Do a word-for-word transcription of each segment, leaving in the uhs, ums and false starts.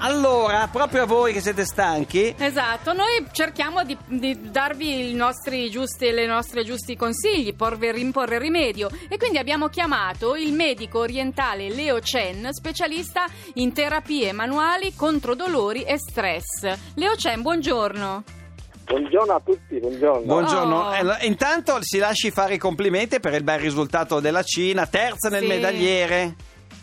Allora, proprio a voi che siete stanchi. Esatto, noi cerchiamo di, di darvi i nostri giusti, le nostre giusti consigli, porvi, imporre rimedio, e quindi abbiamo chiamato il medico orientale Leo Chen, specialista in terapie manuali contro dolori e stress. Leo Chen, buongiorno. Buongiorno a tutti, buongiorno. Buongiorno. Oh. Eh, intanto si lasci fare i complimenti per il bel risultato della Cina, terza nel Sì. medagliere.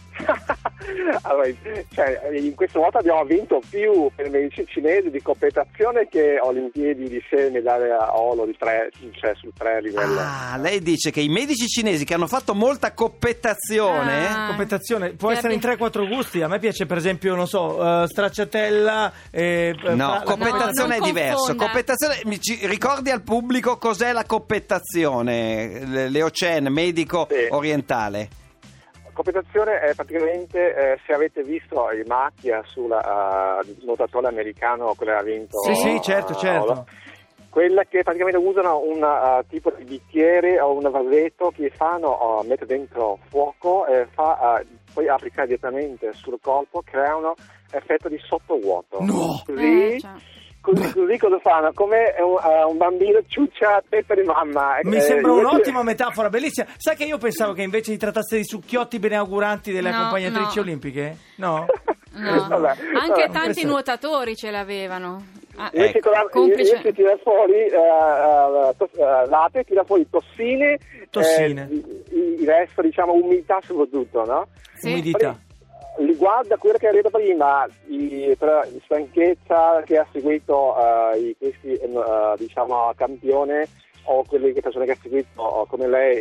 Allora, cioè, in questo modo abbiamo vinto più per i medici cinesi di competizione che Olimpiadi di sei medaglie a oro di tre, cioè su tre livelli. Ah, lei dice che i medici cinesi che hanno fatto molta coppettazione. Ah. Competizione può Sì, essere in abbi- tre quattro gusti. A me piace per esempio, non so, uh, stracciatella e, eh, No, la- coppettazione no, è non diverso. confonda. Coppettazione, mi ci- ricordi al pubblico cos'è la coppettazione? Le- Leo Chen, medico Sì. orientale. Competizione è praticamente, eh, se avete visto i macchia sul uh, nuotatore americano, quello che ha vinto. Sì, sì, certo, uh, certo. oro, quella che praticamente usano un uh, tipo di bicchiere o un vasetto che fanno uh, mettere dentro fuoco e fa, uh, poi applicare direttamente sul corpo, creano effetto di sottovuoto. No! Così, Eh, cioè. così, così cosa fanno? Come un, uh, un bambino ciuccia testa di mamma. Mi Eh, sembra invece- un'ottima metafora, bellissima. Sai che io pensavo che invece si trattasse di succhioti beneauguranti delle No, accompagnatrici no. olimpiche? No? No. Vabbè, Anche vabbè. tanti Questo- nuotatori ce l'avevano. Ah, Invece, Ecco. con la- Complice. invece tira fuori eh, eh, tos- eh, latte, tira fuori tossine, Tossine. eh, i- il resto, diciamo, umidità soprattutto, no? sì. Umidità. Poi, riguarda quello che ha detto prima, i, per la stanchezza che ha seguito eh, i- questi, eh, diciamo, campione, o quelle che persone che ha seguito oh, come lei,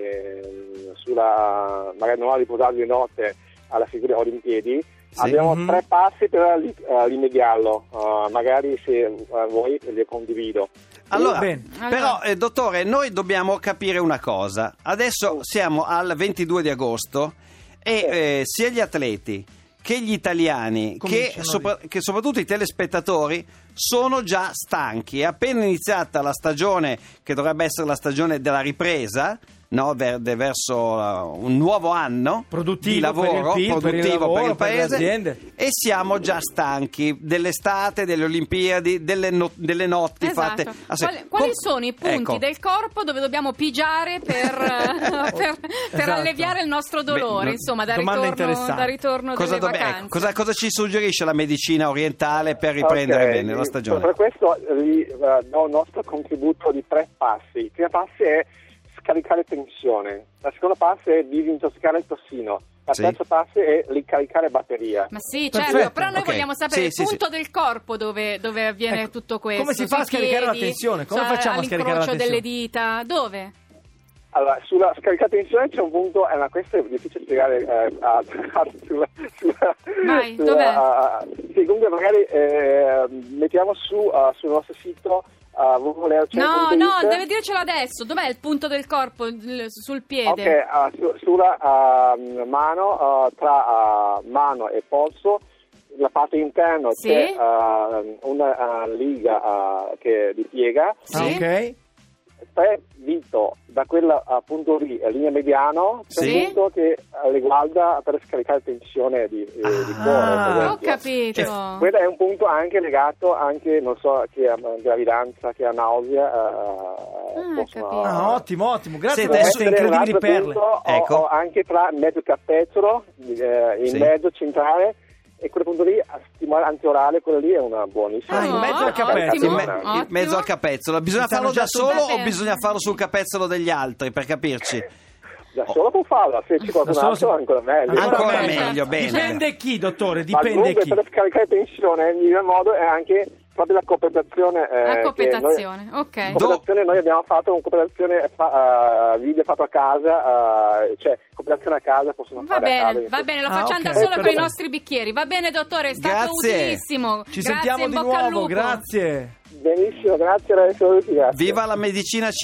eh, sulla, magari non ha riposato di notte alla figura Olimpiadi. Sì. Abbiamo Mhm. tre passi per li- uh, rimediarlo, uh, magari se uh, vuoi li condivido. Allora, Bene. però, eh, dottore, noi dobbiamo capire una cosa. Adesso siamo al ventidue di agosto e Sì. eh, sia gli atleti che gli italiani, che, Cominciano sopra- che soprattutto i telespettatori sono già stanchi. È appena iniziata la stagione, che dovrebbe essere la stagione della ripresa, no? Ver- de- verso uh, un nuovo anno Produttivo di lavoro, per il P I L, per il produttivo lavoro, per il per le paese, aziende. e siamo già stanchi dell'estate, delle Olimpiadi, delle, no- delle notti Esatto. fatte. Ah, sì. Quali, quali Com- sono i punti ecco. del corpo dove dobbiamo pigiare per, eh, per, per Esatto. alleviare il nostro dolore, Beh, insomma, da domanda ritorno, interessante. da ritorno Cosa, delle dobbe- vacanze? ecco, cosa, cosa ci suggerisce la medicina orientale per riprendere Ok, bene la stagione? Per questo vi uh, do il nostro contributo di tre passi. Il primo passo è scaricare tensione, il secondo passo è disintossicare il tossino, il Sì. terzo passo è ricaricare batteria. Ma sì, Perfetto. certo, però noi Ok. vogliamo sapere Sì, il sì, punto sì. del corpo dove, dove avviene Ecco, tutto questo. come si fa a Sui scaricare la piedi, tensione? Come cioè, facciamo a scaricare la all'incrocio delle tensione? dita, dove? Allora, sulla scaricare tensione c'è un punto, è una, questo è difficile spiegare eh, a, a, sulla, sulla, Vai, sulla- dov'è? a- sì, comunque magari eh, mettiamo su uh, sul nostro sito uh, w w w punto No, it. no, deve dircelo adesso. Dov'è il punto del corpo il- sul piede? Ok, uh, su- sulla uh, mano, uh, tra uh, mano e polso, la parte interna Sì. c'è uh, una uh, liga uh, che di piega, Sì. Ah, ok. tre dito da quella uh, punto lì, a linea mediano, c'è Sì. un punto che uh, riguarda per scaricare tensione di, eh, di Ah. cuore. per Ho esempio. capito. Cioè, Quello è un punto anche legato anche, non so, chi ha gravidanza, chi ha nausea. Uh, possono- capito. Ah, ottimo, ottimo. Grazie Sì, per adesso queste Essere un incredibili altro perle. punto, o- Ecco. o anche tra mezzo capezzolo, eh, in Sì. mezzo centrale, e quel punto lì, a stimolare antiorale, quello lì è una buonissima. Ah, in mezzo al capezzolo. Ottimo, In, me- in ottimo. mezzo al capezzolo. Bisogna Stanno farlo già da tutti- solo Vabbè. o bisogna farlo sul capezzolo degli altri, per capirci? Da solo può farlo, se ci qualcun Da solo altro si- ancora meglio. Ancora Vabbè. meglio, bene. Dipende chi, dottore, Ma dipende comunque chi. per scaricare tensione, il miglior modo è anche proprio la cooperazione. eh, La che cooperazione, noi- ok. Cooperazione, noi abbiamo fatto una cooperazione fa- uh, video fatto a casa, uh, cioè cooperazione a casa possono Va fare a casa. bene, va bene, lo Ah, facciamo ok, da solo con i perfetto. nostri bicchieri. Va bene, dottore, è stato Grazie. utilissimo. Ci Grazie, sentiamo in di bocca al nuovo, lupo. grazie. Benissimo, grazie a lei, saluti, grazie. Viva la medicina